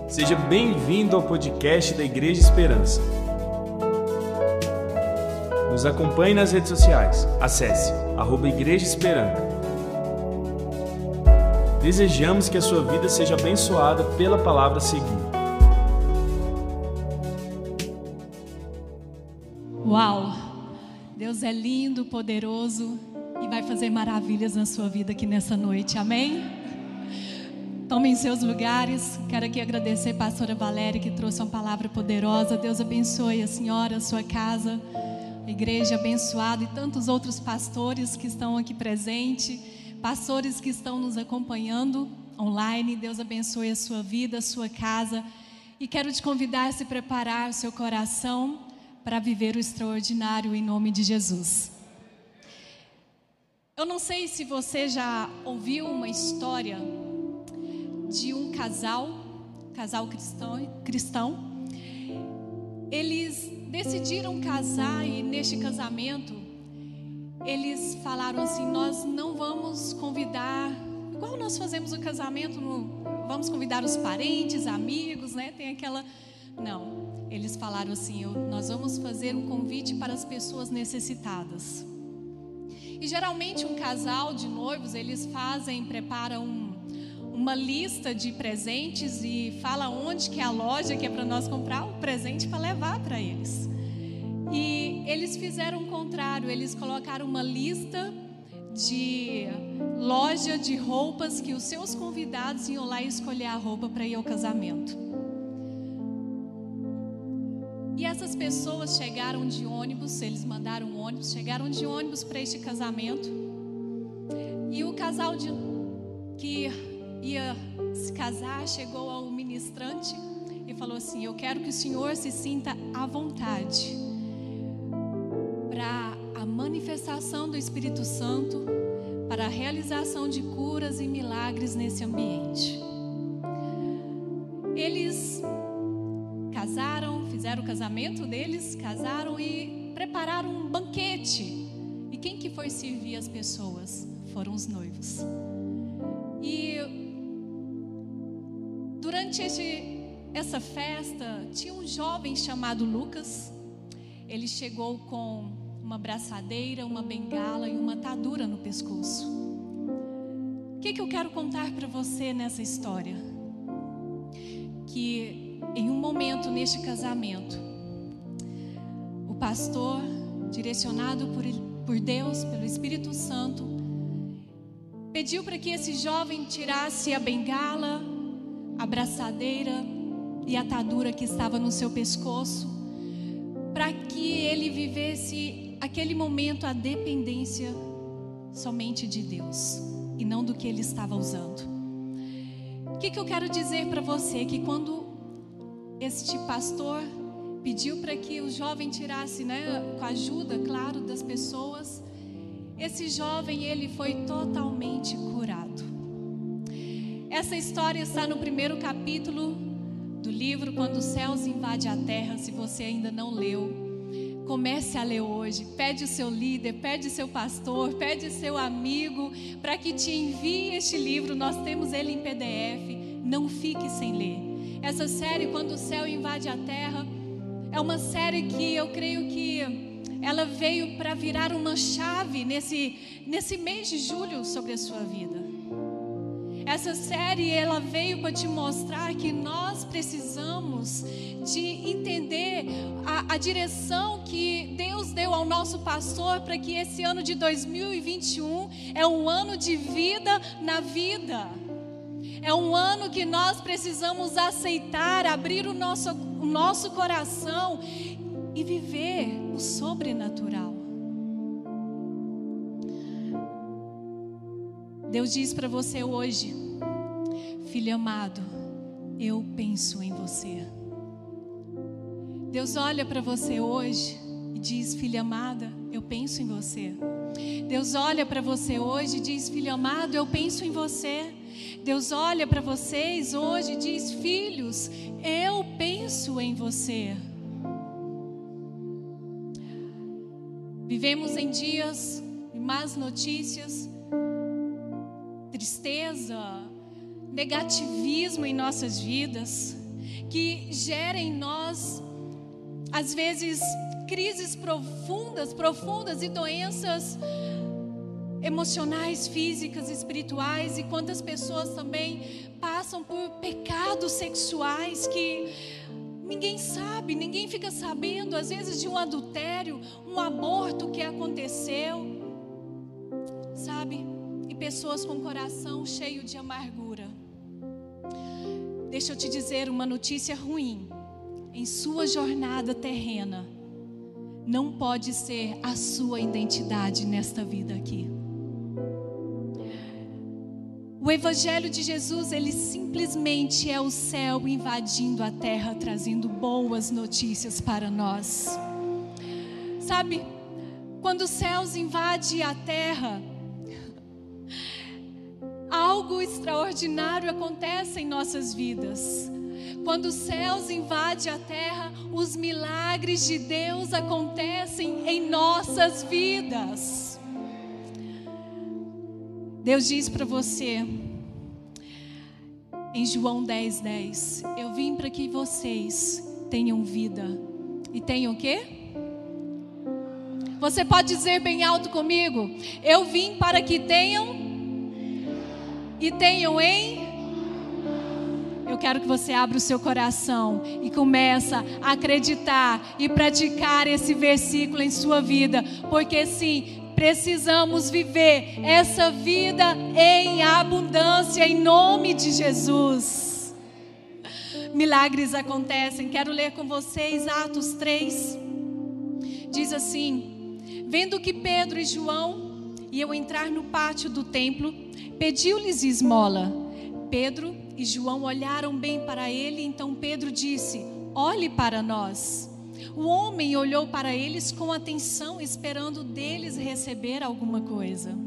Seja bem-vindo ao podcast da Igreja Esperança. Nos acompanhe nas redes sociais. Acesse @Igreja Esperança. Desejamos que a sua vida seja abençoada pela palavra a seguir. Uau! Deus é lindo, poderoso e vai fazer maravilhas na sua vida aqui nessa noite, amém? Tomem seus lugares. Quero aqui agradecer a pastora Valéria, que trouxe uma palavra poderosa. Deus abençoe a senhora, a sua casa, a igreja abençoada e tantos outros pastores que estão aqui presentes, pastores que estão nos acompanhando online. Deus abençoe a sua vida, a sua casa. E quero te convidar a se preparar o seu coração para viver o extraordinário em nome de Jesus. Eu não sei se você já ouviu uma história de um casal cristão. Eles decidiram casar e neste casamento eles falaram assim: nós não vamos convidar, igual nós fazemos o casamento, vamos convidar os parentes, amigos, né? Tem aquela... Não, eles falaram assim: nós vamos fazer um convite para as pessoas necessitadas. E geralmente um casal de noivos, eles preparam uma lista de presentes e fala onde que é a loja que é para nós comprar o presente para levar para eles. E eles fizeram o contrário, eles colocaram uma lista de loja de roupas que os seus convidados iam lá escolher a roupa para ir ao casamento. E essas pessoas chegaram de ônibus, eles mandaram um ônibus, chegaram de ônibus para este casamento. E o casal que ia se casar chegou ao ministrante e falou assim: eu quero que o senhor se sinta à vontade para a manifestação do Espírito Santo, para a realização de curas e milagres nesse ambiente. Eles casaram, fizeram o casamento deles, casaram e prepararam um banquete. E quem que foi servir as pessoas? Foram os noivos. E durante essa festa, tinha um jovem chamado Lucas. Ele chegou com uma braçadeira, uma bengala e uma atadura no pescoço. O que eu quero contar para você nessa história? Que em um momento neste casamento, o pastor, direcionado por Deus, pelo Espírito Santo, pediu para que esse jovem tirasse a bengala, a braçadeira e a atadura que estava no seu pescoço, para que ele vivesse aquele momento a dependência somente de Deus e não do que ele estava usando. O que eu quero dizer para você? Que quando este pastor pediu para que o jovem tirasse, com a ajuda, claro, das pessoas, esse jovem, ele foi totalmente curado. Essa história está no primeiro capítulo do livro Quando os Céus Invadem a Terra. Se você ainda não leu, comece a ler hoje. Pede o seu líder, pede o seu pastor, pede o seu amigo para que te envie este livro. Nós temos ele em PDF. Não fique sem ler. Essa série, Quando o Céu Invade a Terra, é uma série que eu creio que ela veio para virar uma chave nesse mês de julho sobre a sua vida. Essa série, ela veio para te mostrar que nós precisamos de entender a direção que Deus deu ao nosso pastor para que esse ano de 2021 é um ano de vida na vida. É um ano que nós precisamos aceitar, abrir o nosso coração e viver o sobrenatural. Deus diz para você hoje: filho amado, eu penso em você. Deus olha para você hoje e diz: filha amada, eu penso em você. Deus olha para você hoje e diz: filho amado, eu penso em você. Deus olha para vocês hoje e diz: filhos, eu penso em você. Vivemos em dias de más notícias, tristeza, negativismo em nossas vidas. que gera em nós, às vezes, crises profundas e doenças emocionais, físicas, espirituais. E quantas pessoas também passam por pecados sexuais que ninguém sabe, ninguém fica sabendo, às vezes de um adultério, um aborto que aconteceu, sabe? E pessoas com o coração cheio de amargura. Deixa eu te dizer uma notícia ruim. Em sua jornada terrena, não pode ser a sua identidade nesta vida aqui. O Evangelho de Jesus, ele simplesmente é o céu invadindo a terra, trazendo boas notícias para nós. Sabe, quando os céus invadem a terra, algo extraordinário acontece em nossas vidas. Quando os céus invadem a terra, os milagres de Deus acontecem em nossas vidas. Deus diz para você, em João 10:10, eu vim para que vocês tenham vida. E tenham o quê? Você pode dizer bem alto comigo? Eu vim para que tenham e tenham em... Eu quero que você abra o seu coração e começa a acreditar e praticar esse versículo em sua vida, porque sim, precisamos viver essa vida em abundância, em nome de Jesus. Milagres acontecem. Quero ler com vocês Atos 3. Diz assim: vendo que Pedro e João iam entrar no pátio do templo, pediu-lhes esmola. Pedro e João olharam bem para ele, então Pedro disse: olhe para nós. O homem olhou para eles com atenção, esperando deles receber alguma coisa.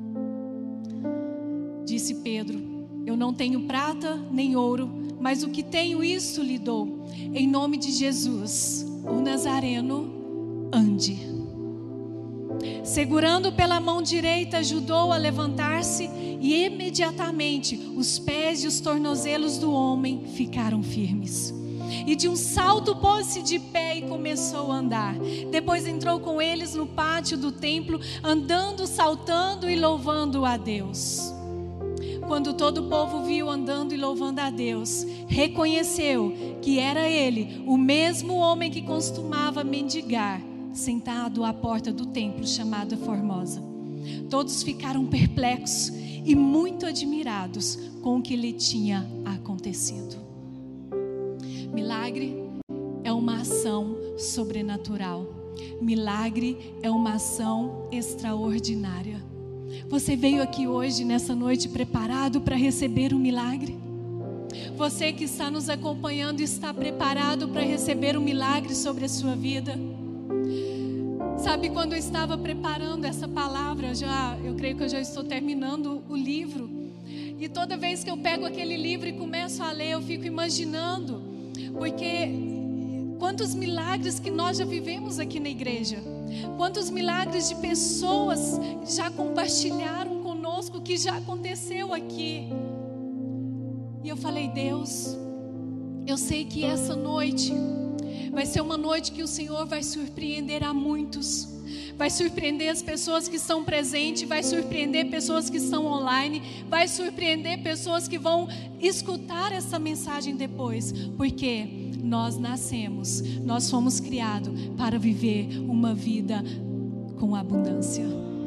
Disse Pedro: eu não tenho prata nem ouro, mas o que tenho, isso lhe dou. Em nome de Jesus, o Nazareno, ande. Segurando pela mão direita, ajudou a levantar-se, e imediatamente os pés e os tornozelos do homem ficaram firmes. E de um salto pôs-se de pé e começou a andar. Depois entrou com eles no pátio do templo, andando, saltando e louvando a Deus. Quando todo o povo viu andando e louvando a Deus, reconheceu que era ele, o mesmo homem que costumava mendigar, sentado à porta do templo chamada Formosa. Todos ficaram perplexos e muito admirados com o que lhe tinha acontecido. Milagre é uma ação sobrenatural. Milagre é uma ação extraordinária. Você veio aqui hoje, nessa noite, preparado para receber um milagre? Você que está nos acompanhando está preparado para receber um milagre sobre a sua vida? Sabe, quando eu estava preparando essa palavra, eu creio que eu já estou terminando o livro. E toda vez que eu pego aquele livro e começo a ler, eu fico imaginando, porque quantos milagres que nós já vivemos aqui na igreja, quantos milagres de pessoas já compartilharam conosco, que já aconteceu aqui. E eu falei: Deus, eu sei que essa noite vai ser uma noite que o Senhor vai surpreender a muitos. Vai surpreender as pessoas que estão presentes, vai surpreender pessoas que estão online, vai surpreender pessoas que vão escutar essa mensagem depois. Porque nós nascemos, nós fomos criados para viver uma vida com abundância.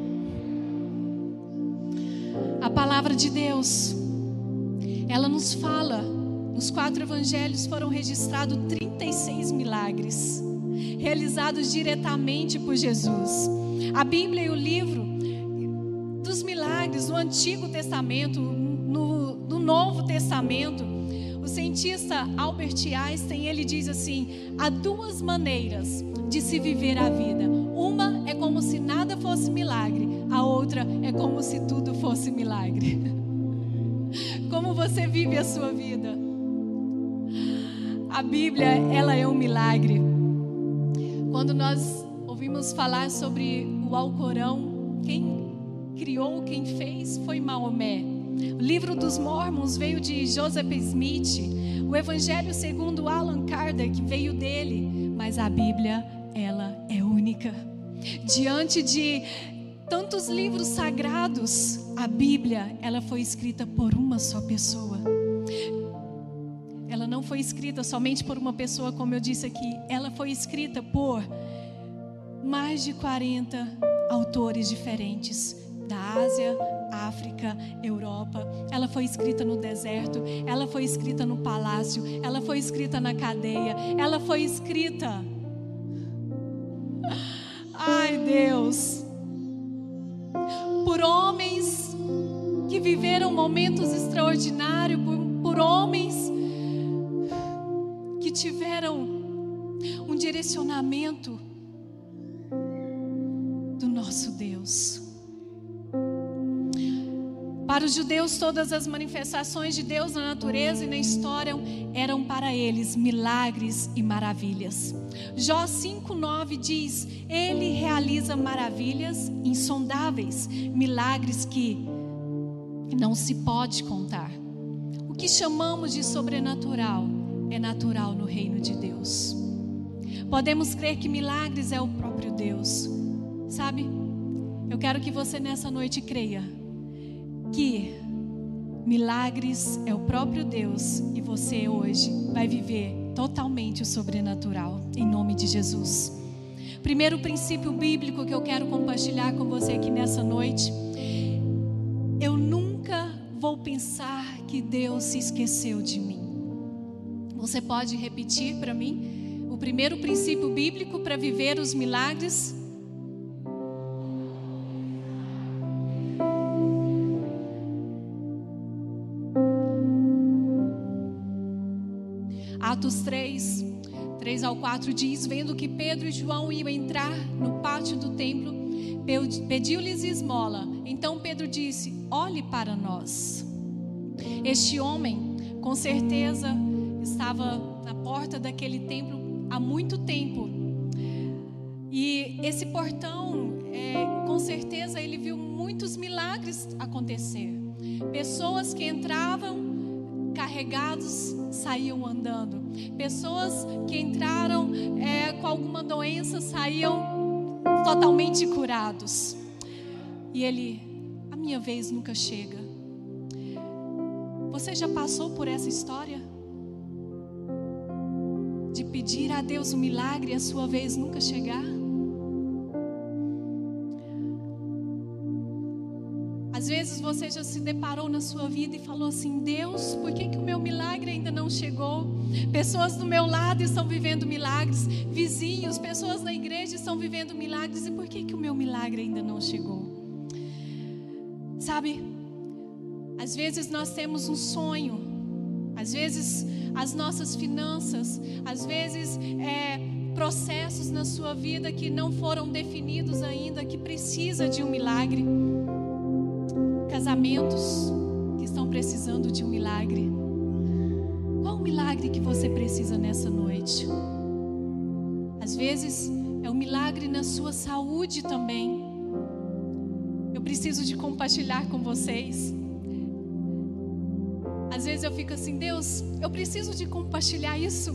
A palavra de Deus, ela nos fala, nos 4 evangelhos foram registrados 36 milagres realizados diretamente por Jesus. A Bíblia e o livro dos milagres do Antigo Testamento, no Novo Testamento, o cientista Albert Einstein, ele diz assim: há 2 maneiras de se viver a vida. Uma é como se nada fosse milagre, a outra é como se tudo fosse milagre. Como você vive a sua vida? A Bíblia, ela é um milagre. Quando nós ouvimos falar sobre o Alcorão, quem criou, quem fez foi Maomé. O livro dos Mormons veio de Joseph Smith. o Evangelho segundo Allan Kardec veio dele, mas a Bíblia, ela é única. Diante de tantos livros sagrados, a Bíblia, ela foi escrita por uma só pessoa. Ela não foi escrita somente por uma pessoa, como eu disse aqui. Ela foi escrita por mais de 40 autores diferentes, da Ásia, África, Europa. Ela foi escrita no deserto, ela foi escrita no palácio, ela foi escrita na cadeia, ela foi escrita... Ai, Deus, por homens que viveram momentos extraordinários, por homens que tiveram um direcionamento do nosso Deus. Para os judeus, todas as manifestações de Deus na natureza e na história eram para eles milagres e maravilhas. Jó 5:9 diz: Ele realiza maravilhas insondáveis, milagres que não se pode contar. O que chamamos de sobrenatural é natural no reino de Deus. Podemos crer que milagres é o próprio Deus. Sabe? Eu quero que você nessa noite creia que milagres é o próprio Deus e você hoje vai viver totalmente o sobrenatural, em nome de Jesus. Primeiro princípio bíblico que eu quero compartilhar com você aqui nessa noite: eu nunca vou pensar que Deus se esqueceu de mim. Você pode repetir para mim o primeiro princípio bíblico para viver os milagres? Atos 3:3-4 diz: vendo que Pedro e João iam entrar no pátio do templo, pediu-lhes esmola. Então Pedro disse: olhe para nós. Este homem, com certeza, estava na porta daquele templo há muito tempo. E esse portão, com certeza, ele viu muitos milagres acontecer. Pessoas que entravam carregados saíam andando. Pessoas que entraram com alguma doença saíam totalmente curados. E ele: a minha vez nunca chega. Você já passou por essa história? De pedir a Deus um milagre e a sua vez nunca chegar? Às vezes você já se deparou na sua vida e falou assim: Deus, por que o meu milagre ainda não chegou? Pessoas do meu lado estão vivendo milagres, vizinhos, pessoas na igreja estão vivendo milagres, e por que o meu milagre ainda não chegou? Sabe, às vezes nós temos um sonho, às vezes as nossas finanças, às vezes processos na sua vida que não foram definidos ainda, que precisa de um milagre. Casamentos que estão precisando de um milagre. Qual o milagre que você precisa nessa noite? Às vezes é um milagre na sua saúde também. Eu preciso de compartilhar com vocês. Às vezes eu fico assim: Deus, eu preciso de compartilhar isso.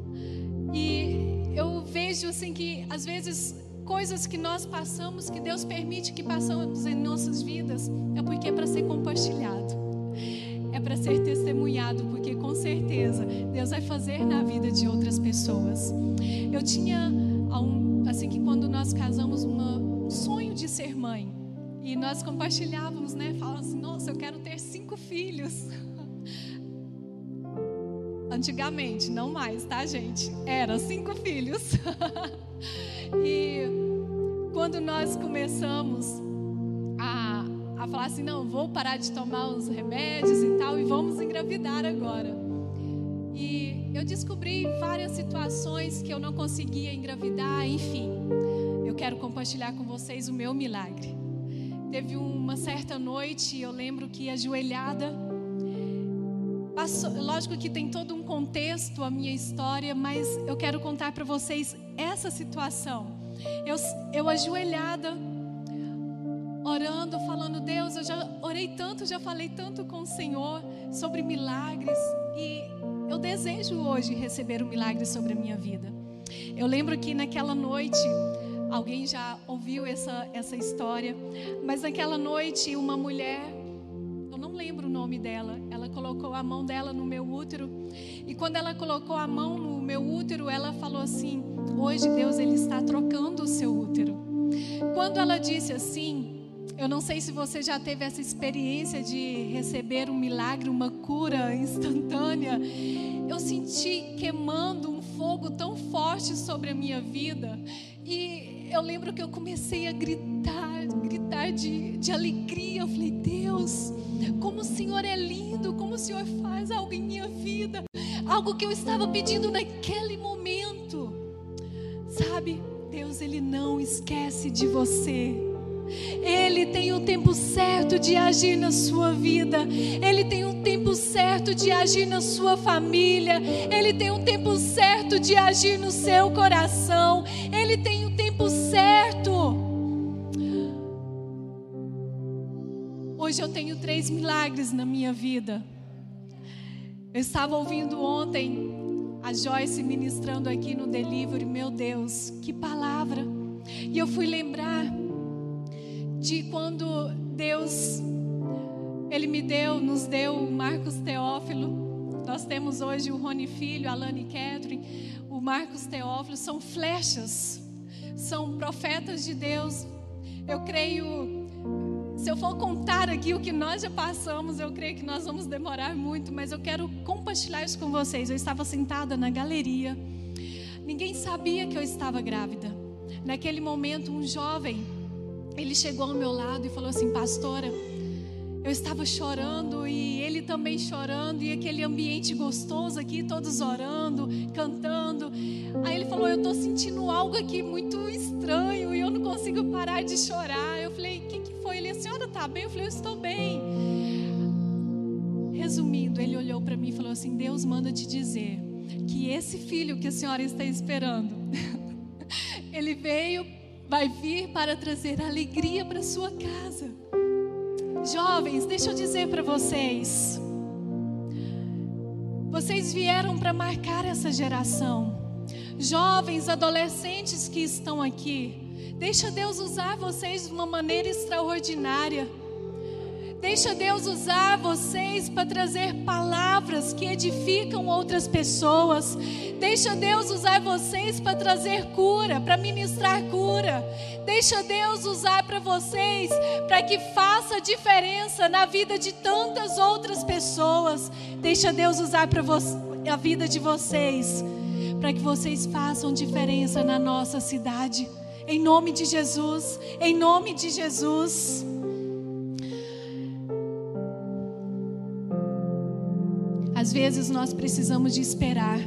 E eu vejo assim que às vezes coisas que nós passamos, que Deus permite que passamos em nossas vidas, é porque é para ser compartilhado, é para ser testemunhado, porque com certeza Deus vai fazer na vida de outras pessoas. Eu tinha, assim que quando nós casamos, um sonho de ser mãe, e nós compartilhávamos, né? Falávamos assim: nossa, eu quero ter 5 filhos. Antigamente, não mais, tá, gente? Era 5 filhos. E quando nós começamos a falar assim: não, vou parar de tomar os remédios e tal, e vamos engravidar agora. E eu descobri várias situações que eu não conseguia engravidar, enfim. Eu quero compartilhar com vocês o meu milagre. Teve uma certa noite, eu lembro que ajoelhada, lógico que tem todo um contexto a minha história, mas eu quero contar para vocês essa situação. Eu ajoelhada, orando, falando: Deus, eu já orei tanto, já falei tanto com o Senhor sobre milagres, e eu desejo hoje receber um milagre sobre a minha vida. Eu lembro que naquela noite, alguém já ouviu essa história, mas naquela noite uma mulher, eu não lembro o nome dela, ela colocou a mão dela no meu útero, e quando ela colocou a mão no meu útero, ela falou assim: hoje Deus, Ele está trocando o seu útero. Quando ela disse assim, eu não sei se você já teve essa experiência de receber um milagre, uma cura instantânea. Eu senti queimando um fogo tão forte sobre a minha vida. E eu lembro que eu comecei a gritar de alegria. Eu falei: Deus, como o Senhor é lindo, como o Senhor faz algo em minha vida. Algo que eu estava pedindo naquele momento. Sabe, Deus, Ele não esquece de você. Ele tem um tempo certo de agir na sua vida. Ele tem um tempo certo de agir na sua família. Ele tem um tempo certo de agir no seu coração. Ele tem um tempo certo. Hoje eu tenho 3 milagres na minha vida. Eu estava ouvindo ontem a Joyce ministrando aqui no Delivery. Meu Deus, que palavra. E eu fui lembrar de quando Deus, Ele nos deu o Marcos Teófilo. Nós temos hoje o Rony Filho, a Alane Catherine, o Marcos Teófilo. São flechas, são profetas de Deus. Eu creio, se eu for contar aqui o que nós já passamos, eu creio que nós vamos demorar muito, mas eu quero compartilhar isso com vocês. Eu estava sentada na galeria, ninguém sabia que eu estava grávida. Naquele momento, um jovem, ele chegou ao meu lado e falou assim: pastora, eu estava chorando e ele também chorando, e aquele ambiente gostoso aqui, todos orando, cantando. Aí ele falou: eu estou sentindo algo aqui muito estranho e eu não consigo parar de chorar. Eu falei: o que foi? Ele: a senhora está bem? Eu falei: eu estou bem. Resumindo, ele olhou para mim e falou assim: Deus manda te dizer que esse filho que a senhora está esperando, ele vai vir para trazer alegria para sua casa. Jovens, deixa eu dizer para vocês, vocês vieram para marcar essa geração. Jovens, adolescentes que estão aqui, deixa Deus usar vocês de uma maneira extraordinária. Deixa Deus usar vocês para trazer palavras que edificam outras pessoas. Deixa Deus usar vocês para trazer cura, para ministrar cura. Deixa Deus usar para vocês, para que faça diferença na vida de tantas outras pessoas. Deixa Deus usar para a vida de vocês, para que vocês façam diferença na nossa cidade. Em nome de Jesus, em nome de Jesus. Às vezes nós precisamos de esperar.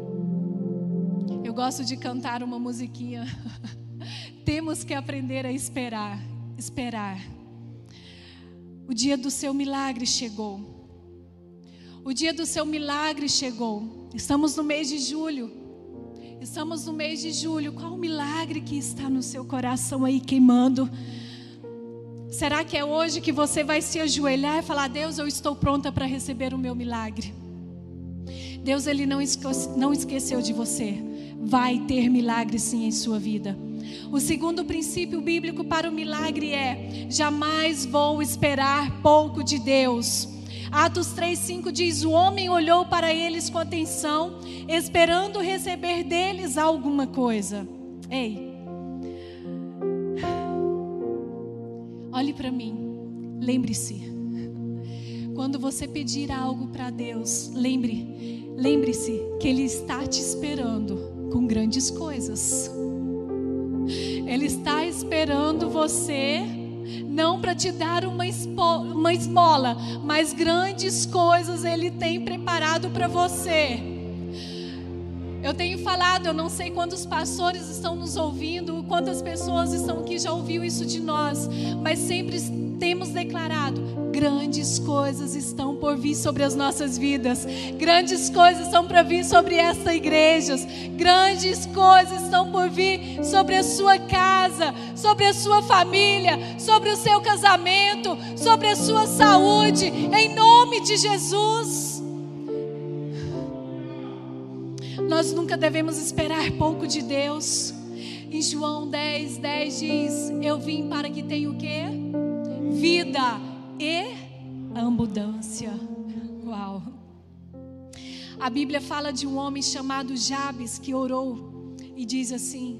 Eu gosto de cantar uma musiquinha. Temos que aprender a esperar. Esperar. O dia do seu milagre chegou. O dia do seu milagre chegou. Estamos no mês de julho. Estamos no mês de julho. Qual o milagre que está no seu coração aí queimando? Será que é hoje que você vai se ajoelhar e falar: Deus, eu estou pronta para receber o meu milagre? Deus, Ele não esqueceu de você. Vai ter milagre sim em sua vida. O segundo princípio bíblico para o milagre é: jamais vou esperar pouco de Deus. Atos 3:5 diz: o homem olhou para eles com atenção, esperando receber deles alguma coisa. Ei, olhe para mim, lembre-se. Quando você pedir algo para Deus, lembre-se que Ele está te esperando com grandes coisas. Ele está esperando você, não para te dar uma esmola, mas grandes coisas Ele tem preparado para você. Eu tenho falado, eu não sei quantos pastores estão nos ouvindo, quantas pessoas estão aqui já ouviu isso de nós, mas sempre temos declarado: grandes coisas estão por vir sobre as nossas vidas. Grandes coisas estão para vir sobre esta igreja. Grandes coisas estão por vir sobre a sua casa, sobre a sua família, sobre o seu casamento, sobre a sua saúde. Em nome de Jesus. Nós nunca devemos esperar pouco de Deus. Em João 10:10 diz: eu vim para que tenha o quê? Vida e abundância. Uau! A Bíblia fala de um homem chamado Jabes que orou e diz assim: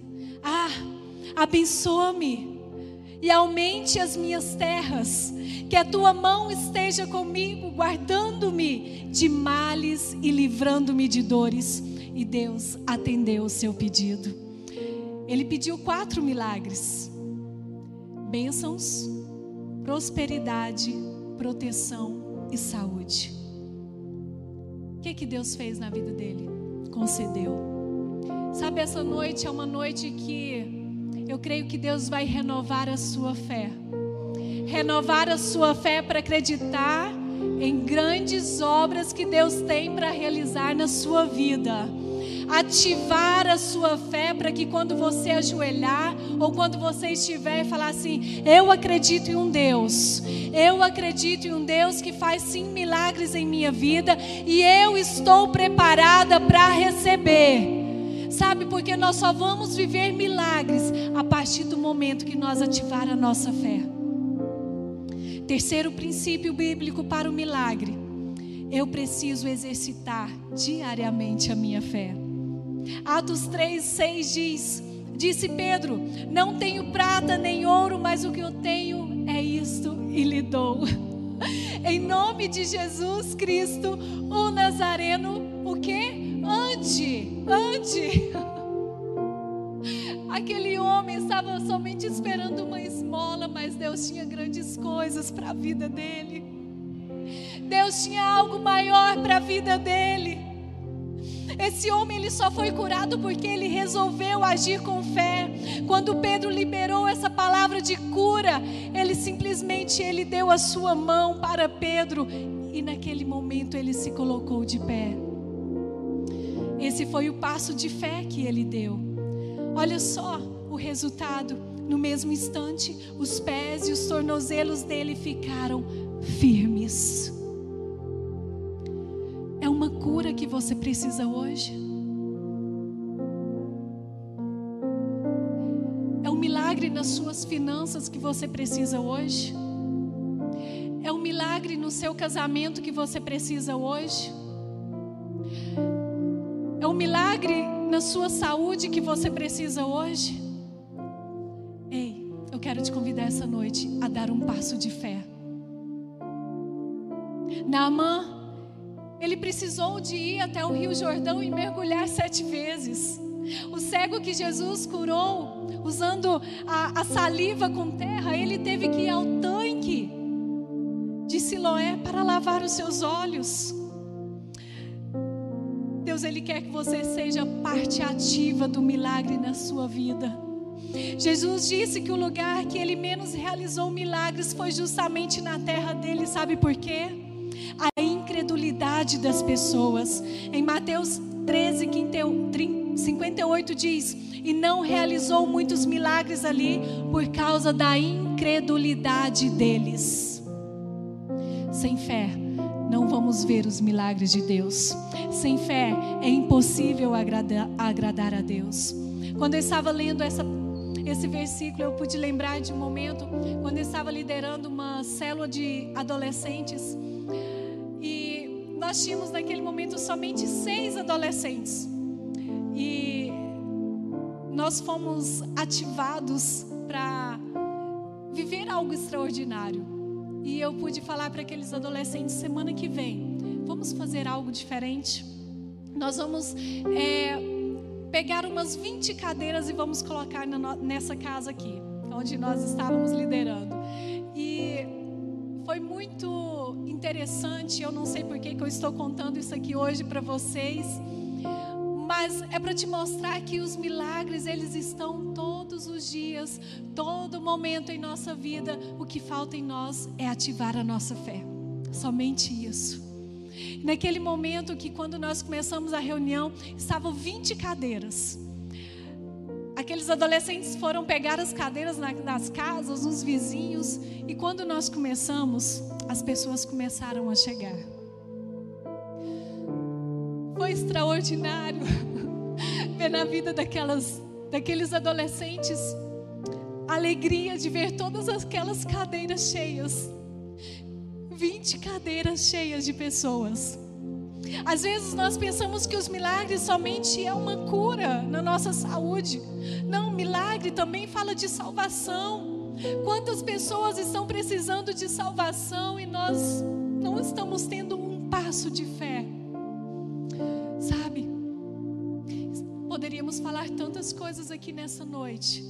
abençoa-me e aumente as minhas terras, que a tua mão esteja comigo, guardando-me de males e livrando-me de dores. E Deus atendeu o seu pedido. Ele pediu 4 milagres: bênçãos, prosperidade, proteção e saúde. O que Deus fez na vida dele? Concedeu. Sabe, essa noite é uma noite que eu creio que Deus vai renovar a sua fé. Renovar a sua fé para acreditar em grandes obras que Deus tem para realizar na sua vida. Ativar a sua fé para que quando você ajoelhar ou quando você estiver e falar assim: eu acredito em um Deus, eu acredito em um Deus que faz sim milagres em minha vida e eu estou preparada para receber. Sabe, porque nós só vamos viver milagres a partir do momento que nós ativar a nossa fé. Terceiro princípio bíblico para o milagre: eu preciso exercitar diariamente a minha fé. Atos 3:6 diz: disse Pedro, não tenho prata nem ouro, mas o que eu tenho é isto e lhe dou. Em nome de Jesus Cristo, o Nazareno, o quê? Ande. Aquele homem estava somente esperando uma esmola, mas Deus tinha grandes coisas para a vida dele. Deus tinha algo maior para a vida dele. Esse homem, ele só foi curado porque ele resolveu agir com fé. Quando Pedro liberou essa palavra de cura, ele simplesmente deu a sua mão para Pedro e naquele momento ele se colocou de pé. Esse foi o passo de fé que ele deu. Olha só o resultado. No mesmo instante, os pés e os tornozelos dele ficaram firmes. É uma cura que você precisa hoje. É um milagre nas suas finanças que você precisa hoje. É um milagre no seu casamento que você precisa hoje. É um milagre na sua saúde que você precisa hoje. Ei, eu quero te convidar essa noite a dar um passo de fé. Naamã, ele precisou de ir até o Rio Jordão e mergulhar 7 vezes. O cego que Jesus curou, usando a saliva com terra, ele teve que ir ao tanque de Siloé para lavar os seus olhos. Deus, Ele quer que você seja parte ativa do milagre na sua vida. Jesus disse que o lugar que Ele menos realizou milagres foi justamente na terra dele. Sabe por quê? A incredulidade das pessoas. Em Mateus 13:58 diz: e não realizou muitos milagres ali por causa da incredulidade deles. Sem fé não vamos ver os milagres de Deus. Sem fé é impossível agradar a Deus. Quando eu estava lendo esse versículo, eu pude lembrar de um momento quando eu estava liderando uma célula de adolescentes. E nós tínhamos naquele momento somente 6 adolescentes. E nós fomos ativados para viver algo extraordinário. E eu pude falar para aqueles adolescentes: semana que vem, vamos fazer algo diferente. Nós vamos pegar umas 20 cadeiras e vamos colocar nessa casa aqui, onde nós estávamos liderando. E foi muito interessante. Eu não sei por que eu estou contando isso aqui hoje para vocês, mas é para te mostrar que os milagres, eles estão todos os dias, todo momento em nossa vida. O que falta em nós é ativar a nossa fé, somente isso. Naquele momento que quando nós começamos a reunião, estavam 20 cadeiras. Aqueles adolescentes foram pegar as cadeiras nas casas, nos vizinhos, e quando nós começamos, as pessoas começaram a chegar. Foi extraordinário ver na vida daqueles adolescentes a alegria de ver todas aquelas cadeiras cheias. 20 cadeiras cheias de pessoas. Às vezes nós pensamos que os milagres somente é uma cura na nossa saúde. Não, milagre também fala de salvação. Quantas pessoas estão precisando de salvação e nós não estamos tendo um passo de fé? Sabe? Poderíamos falar tantas coisas aqui nessa noite,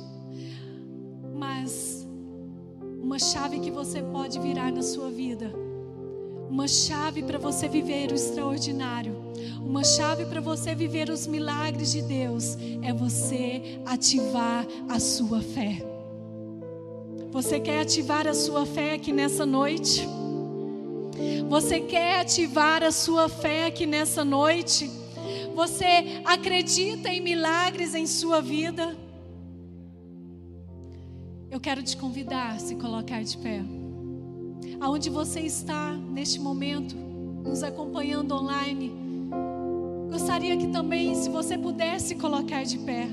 mas uma chave que você pode virar na sua vida, uma chave para você viver o extraordinário, uma chave para você viver os milagres de Deus, é você ativar a sua fé. Você quer ativar a sua fé aqui nessa noite? Você quer ativar a sua fé aqui nessa noite? Você acredita em milagres em sua vida? Eu quero te convidar a se colocar de pé. Aonde você está neste momento, nos acompanhando online, gostaria que também, se você pudesse colocar de pé.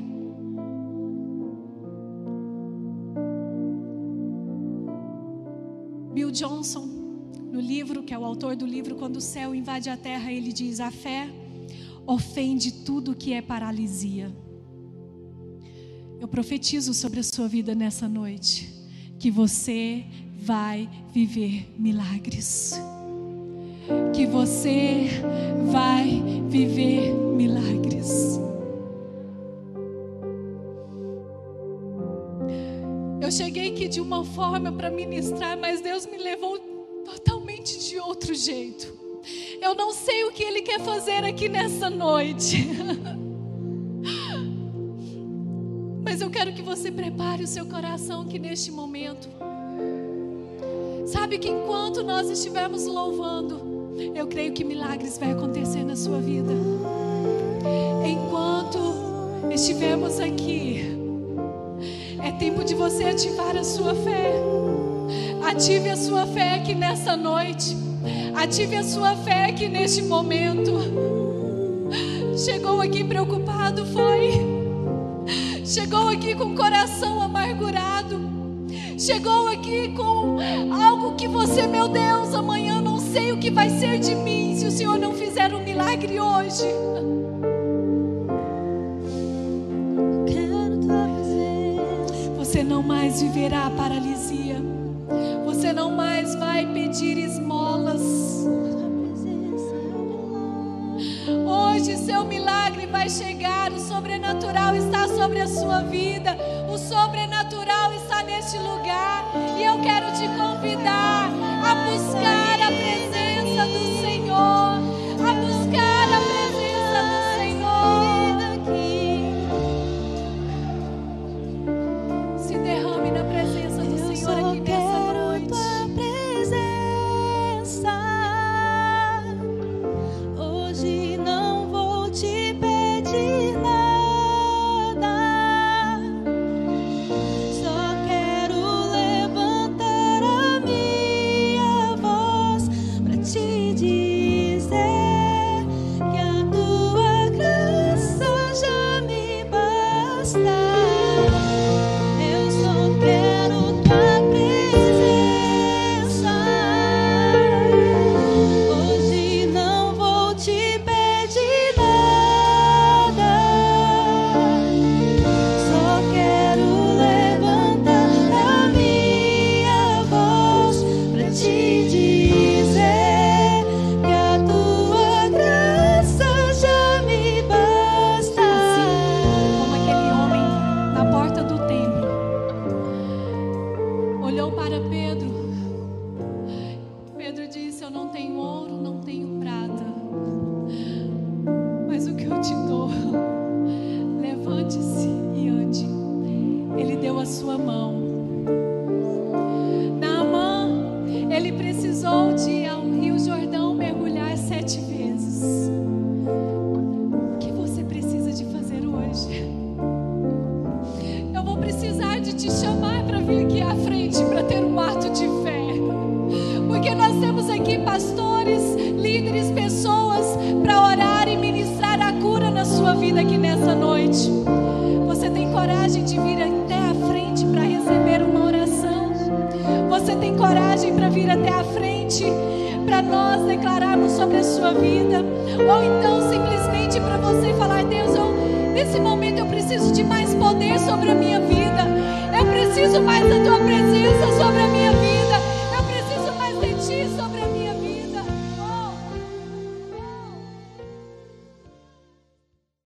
Bill Johnson, no livro, que é o autor do livro Quando o Céu Invade a Terra, ele diz: a fé ofende tudo que é paralisia. Eu profetizo sobre a sua vida nessa noite, que você vai viver milagres. Que você vai viver milagres. Eu cheguei aqui de uma forma para ministrar, mas Deus me levou totalmente de outro jeito. Eu não sei o que Ele quer fazer aqui nessa noite. Mas eu quero que você prepare o seu coração aqui neste momento. Sabe que enquanto nós estivermos louvando, eu creio que milagres vai acontecer na sua vida. Enquanto estivermos aqui, é tempo de você ativar a sua fé. Ative a sua fé aqui nessa noite. Ative a sua fé aqui neste momento. Chegou aqui preocupado, foi? Chegou aqui com o coração amargurado. Chegou aqui com algo que você, meu Deus, amanhã não sei o que vai ser de mim se o Senhor não fizer um milagre hoje. Você não mais viverá a paralisia. Você não mais vai pedir esmolas. Hoje seu milagre vai chegar. O sobrenatural está sobre a sua vida. O sobrenatural está neste lugar. E eu quero te convidar a buscar a presença do Senhor. A buscar a presença do Senhor. Se derrame na presença do Senhor aqui nessa noite. Hoje não vou te pedir nada. Só quero levantar a minha voz pra te dizer que a tua graça já me basta. Eu só quero tua presença. Hoje não vou te pedir nada. Só quero levantar a minha voz pra te dizer que a tua graça já me basta. Como aquele homem na porta do templo olhou para Pedro. Pedro disse: eu não tenho ouro, não tenho prata, mas o que eu te dou, levante-se e ande. Ele deu a sua mão. Naamã, ele precisou de ir ao Rio Jordão mergulhar 7 vezes. O que você precisa de fazer hoje? Eu vou precisar de te chamar para vir aqui à frente para ter um ato de fé. Porque nós temos aqui pastores, líderes, pessoas para orar e ministrar noite? Você tem coragem de vir até a frente para receber uma oração? Você tem coragem para vir até a frente para nós declararmos sobre a sua vida? Ou então simplesmente para você falar: Deus, nesse momento eu preciso de mais poder sobre a minha vida. Eu preciso mais da tua presença.